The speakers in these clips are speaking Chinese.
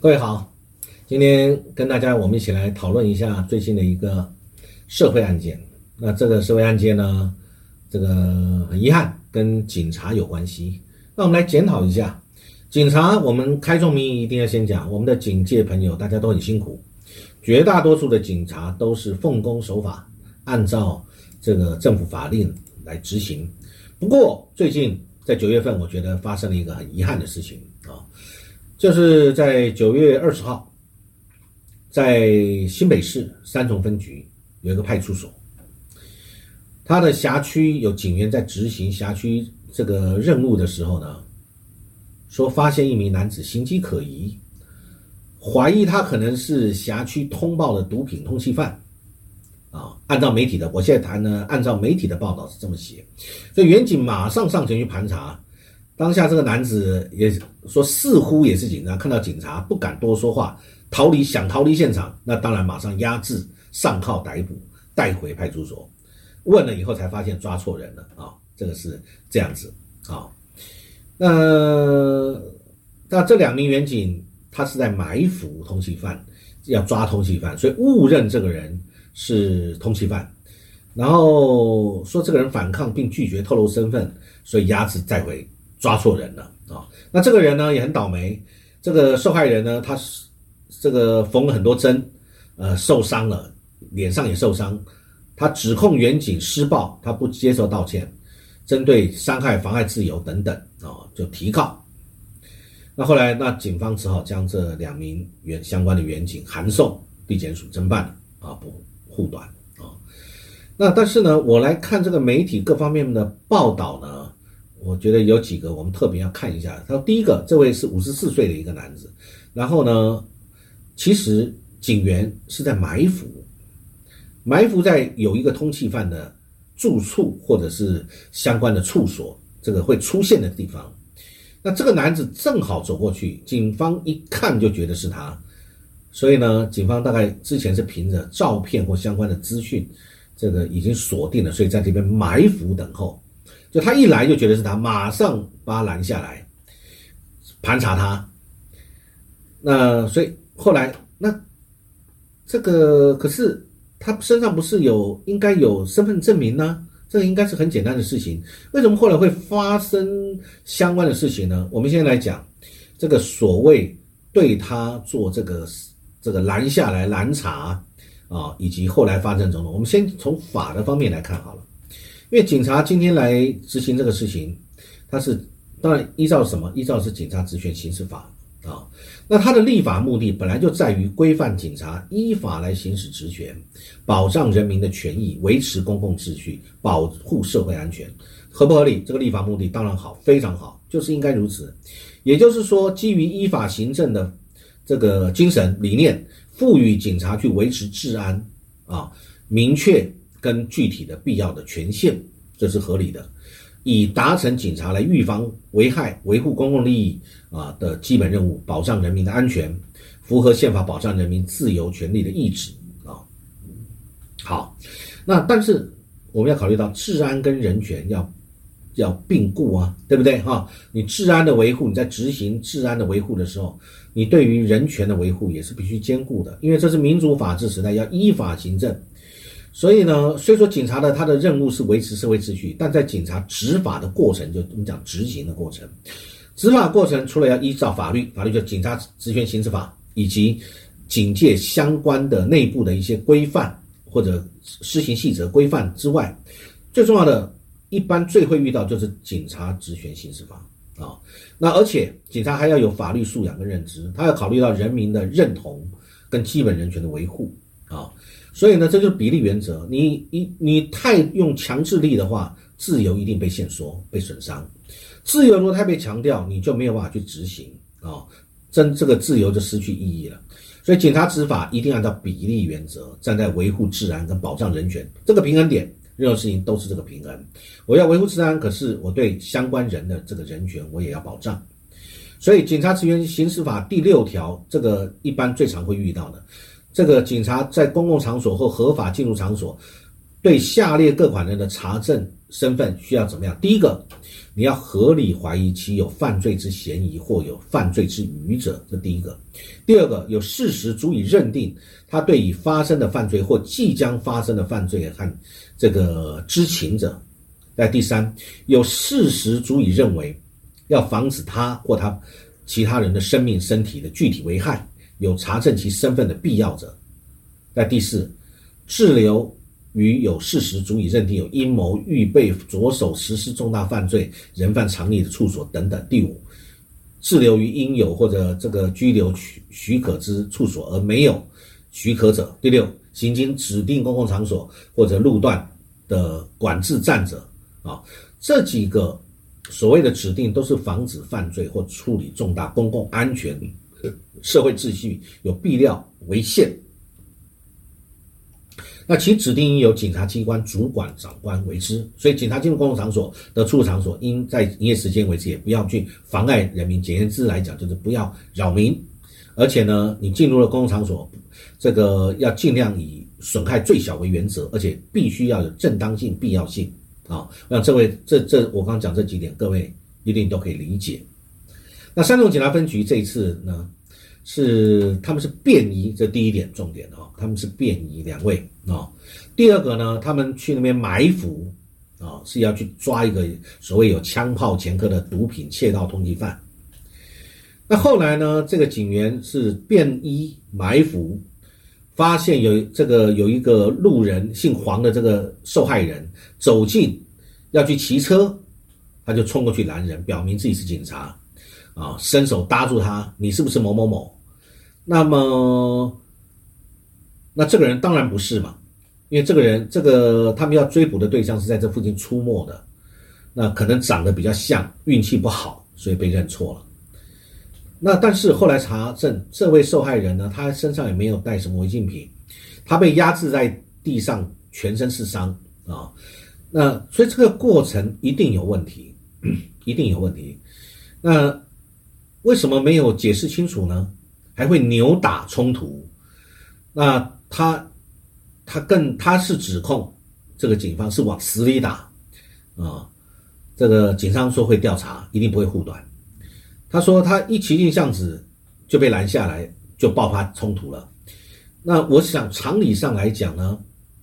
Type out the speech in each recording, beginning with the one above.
各位好，今天跟大家我们一起来讨论一下最近的一个社会案件。那这个社会案件呢，这个很遗憾跟警察有关系。那我们来检讨一下，警察我们开宗明义一定要先讲，我们的警界朋友大家都很辛苦，绝大多数的警察都是奉公守法，按照这个政府法令来执行。不过最近在9月份，我觉得发生了一个很遗憾的事情啊。就是在9月20号，在新北市三重分局有一个派出所，他的辖区有警员在执行辖区这个任务的时候呢，说发现一名男子行迹可疑，怀疑他可能是辖区通报的毒品通缉犯啊。按照媒体的，我现在谈呢，按照媒体的报道是这么写，所以员警马上上前去盘查。当下这个男子也说似乎也是警察，看到警察不敢多说话，想逃离现场，那当然马上压制上铐逮捕，带回派出所。问了以后才发现抓错人了啊，这个是这样子啊。那这2名员警他是在埋伏通缉犯，要抓通缉犯，所以误认这个人是通缉犯，然后说这个人反抗并拒绝透露身份，所以压制带回。抓错人了啊！那这个人呢也很倒霉，这个受害人呢，他这个缝了很多针，受伤了，脸上也受伤。他指控员警施暴，他不接受道歉，针对伤害、妨碍自由等等啊，就提告。那后来，警方只好将这2名相关的员警函送地检署侦办啊，不护短啊。那但是呢，我来看这个媒体各方面的报道呢。我觉得有几个我们特别要看一下。他说，第一个，这位是54岁的一个男子，然后呢，其实警员是在埋伏在有一个通缉犯的住处或者是相关的处所，这个会出现的地方。那这个男子正好走过去，警方一看就觉得是他，所以呢，警方大概之前是凭着照片或相关的资讯，这个已经锁定了，所以在这边埋伏等候。就他一来就觉得是他，马上把他拦下来，盘查他。那所以后来这个可是他身上不是应该有身份证明呢？这个应该是很简单的事情，为什么后来会发生相关的事情呢？我们先来讲这个所谓对他做这个拦下来拦查啊，以及后来发生种种。我们先从法的方面来看好了。因为警察今天来执行这个事情，他是当然依照什么？依照是警察职权行使法啊。那他的立法目的本来就在于规范警察依法来行使职权，保障人民的权益，维持公共秩序，保护社会安全，合不合理？这个立法目的当然好，非常好，就是应该如此。也就是说，基于依法行政的这个精神理念，赋予警察去维持治安啊，明确跟具体的必要的权限，这是合理的，以达成警察来预防危害、维护公共利益啊的基本任务，保障人民的安全，符合宪法保障人民自由权利的意志啊。好，那但是我们要考虑到治安跟人权要并顾啊，对不对哈？你治安的维护，你在执行治安的维护的时候，你对于人权的维护也是必须兼顾的，因为这是民主法治时代，要依法行政。所以呢，虽说警察的他的任务是维持社会秩序，但在警察执法的过程，就我们讲执行的过程，执法过程除了要依照法律就警察职权行使法以及警界相关的内部的一些规范或者施行细则规范之外，最重要的一般最会遇到就是警察职权行使法啊。那而且警察还要有法律素养跟认知，他要考虑到人民的认同跟基本人权的维护啊。所以呢，这就是比例原则。你太用强制力的话，自由一定被限缩、被损伤。自由如果太被强调，你就没有办法去执行啊，这个自由就失去意义了。所以警察执法一定按照比例原则，站在维护治安跟保障人权这个平衡点，任何事情都是这个平衡。我要维护治安，可是我对相关人的这个人权我也要保障。所以警察职权行使法第6条，这个一般最常会遇到的。这个警察在公共场所或合法进入场所，对下列各款人的查证身份需要怎么样？第一个，你要合理怀疑其有犯罪之嫌疑或有犯罪之余者，这第一个。第二个，有事实足以认定他对已发生的犯罪或即将发生的犯罪和这个知情者。在第三，有事实足以认为要防止他或他其他人的生命身体的具体危害，有查证其身份的必要者。在第四，滞留于有事实足以认定有阴谋预备着手实施重大犯罪人犯藏匿的处所等等。第五，滞留于应有或者这个居留许可之处所而没有许可者。第六，行经指定公共场所或者路段的管制站者。这几个所谓的指定都是防止犯罪或处理重大公共安全、社会秩序有必要为限。那其指定应由警察机关主管长官为之，所以警察进入公共场所的出入场所，应在营业时间为之，也不要去妨碍人民。简言之来讲，就是不要扰民。而且呢，你进入了公共场所，这个要尽量以损害最小为原则，而且必须要有正当性、必要性。我想我刚刚讲这几点，各位一定都可以理解。那山东警察分局这一次呢，他们是便衣，这第一点重点他们是便衣2位第二个呢，他们去那边埋伏是要去抓一个所谓有枪炮前科的毒品窃盗通缉犯。那后来呢，这个警员是便衣埋伏，发现有一个路人姓黄的这个受害人走近要去骑车，他就冲过去拦人，表明自己是警察伸手搭住他，你是不是某某某？那这个人当然不是嘛，因为他们要追捕的对象是在这附近出没的，那可能长得比较像，运气不好，所以被认错了。那但是后来查证，这位受害人呢，他身上也没有带什么违禁品，他被压制在地上，全身是伤那所以这个过程一定有问题，一定有问题。那为什么没有解释清楚呢？还会扭打冲突？那他是指控这个警方是往死里打这个警方说会调查，一定不会护短。他说他一骑进巷子就被拦下来，就爆发冲突了。那我想常理上来讲呢，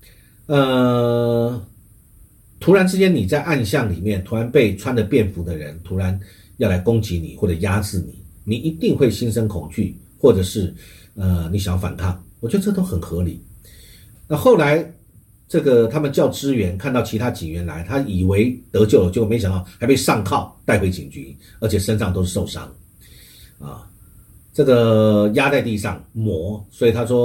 突然之间你在暗巷里面，突然被穿着便服的人突然要来攻击你或者压制你，你一定会心生恐惧，或者是你想要反抗，我觉得这都很合理。那后来他们叫支援，看到其他警员来，他以为得救了，结果没想到还被上铐带回警局，而且身上都是受伤压在地上磨，所以他说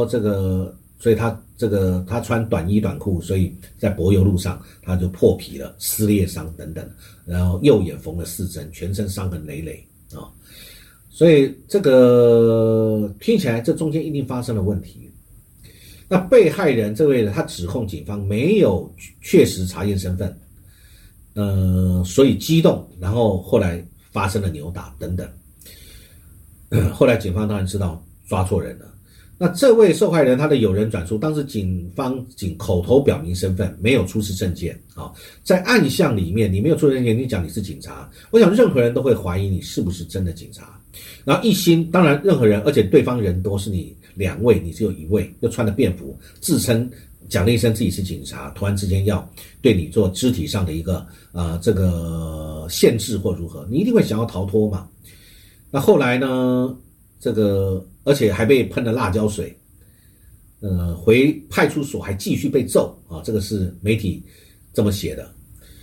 他穿短衣短裤，所以在柏油路上他就破皮了，撕裂伤等等，然后右眼缝了4针，全身伤痕累累所以听起来这中间一定发生了问题。那被害人这位人，他指控警方没有确实查验身份，所以激动，然后后来发生了扭打等等。后来警方当然知道抓错人了。那这位受害人他的友人转述，当时警方仅口头表明身份，没有出示证件在暗巷里面你没有出示证件，你讲你是警察，我想任何人都会怀疑你是不是真的警察。然后一心，当然任何人，而且对方人多，是你2位，你只有1位，又穿着便服，自称讲了一声自己是警察，突然之间要对你做肢体上的一个限制或如何，你一定会想要逃脱嘛。那后来呢，而且还被喷了辣椒水，回派出所还继续被揍这个是媒体这么写的。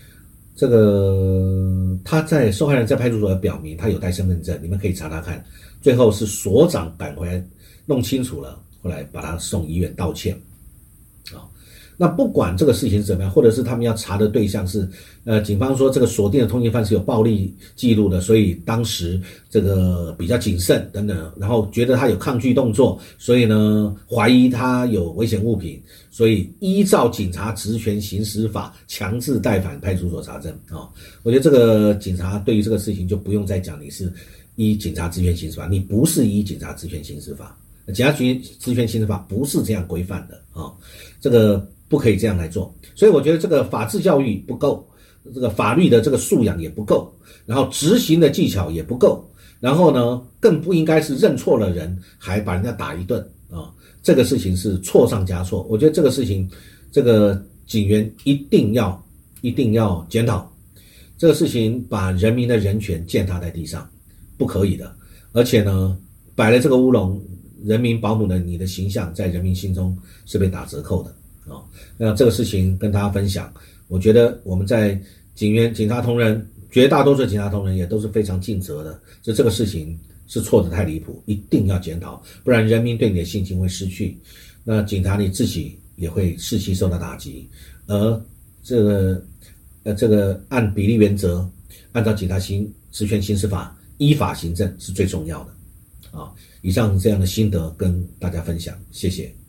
受害人在派出所表明他有带身份证，你们可以查查看。最后是所长赶回来弄清楚了，后来把他送医院道歉那不管这个事情是怎么样，或者是他们要查的对象是警方说这个锁定的通缉犯是有暴力记录的，所以当时比较谨慎等等，然后觉得他有抗拒动作，所以呢怀疑他有危险物品，所以依照警察职权行使法强制带返派出所查证我觉得这个警察对于这个事情就不用再讲你是依警察职权行使法，你不是依警察职权行使法，警察职权行使法不是这样规范的这个不可以这样来做。所以我觉得这个法治教育不够这个法律的这个素养也不够，然后执行的技巧也不够，然后呢，更不应该是认错了人还把人家打一顿啊，这个事情是错上加错。我觉得这个事情，这个警员一定要检讨，这个事情把人民的人权践踏在地上，不可以的。而且呢，摆了这个乌龙，人民保姆的你的形象在人民心中是被打折扣的啊。那这个事情跟大家分享，我觉得我们在警察同仁，绝大多数警察同仁也都是非常尽责的，这个事情是错得太离谱，一定要检讨，不然人民对你的信心会失去，那警察你自己也会士气受到打击。而这个按比例原则，按照警察职权行使法依法行政是最重要的啊。以上这样的心得跟大家分享，谢谢。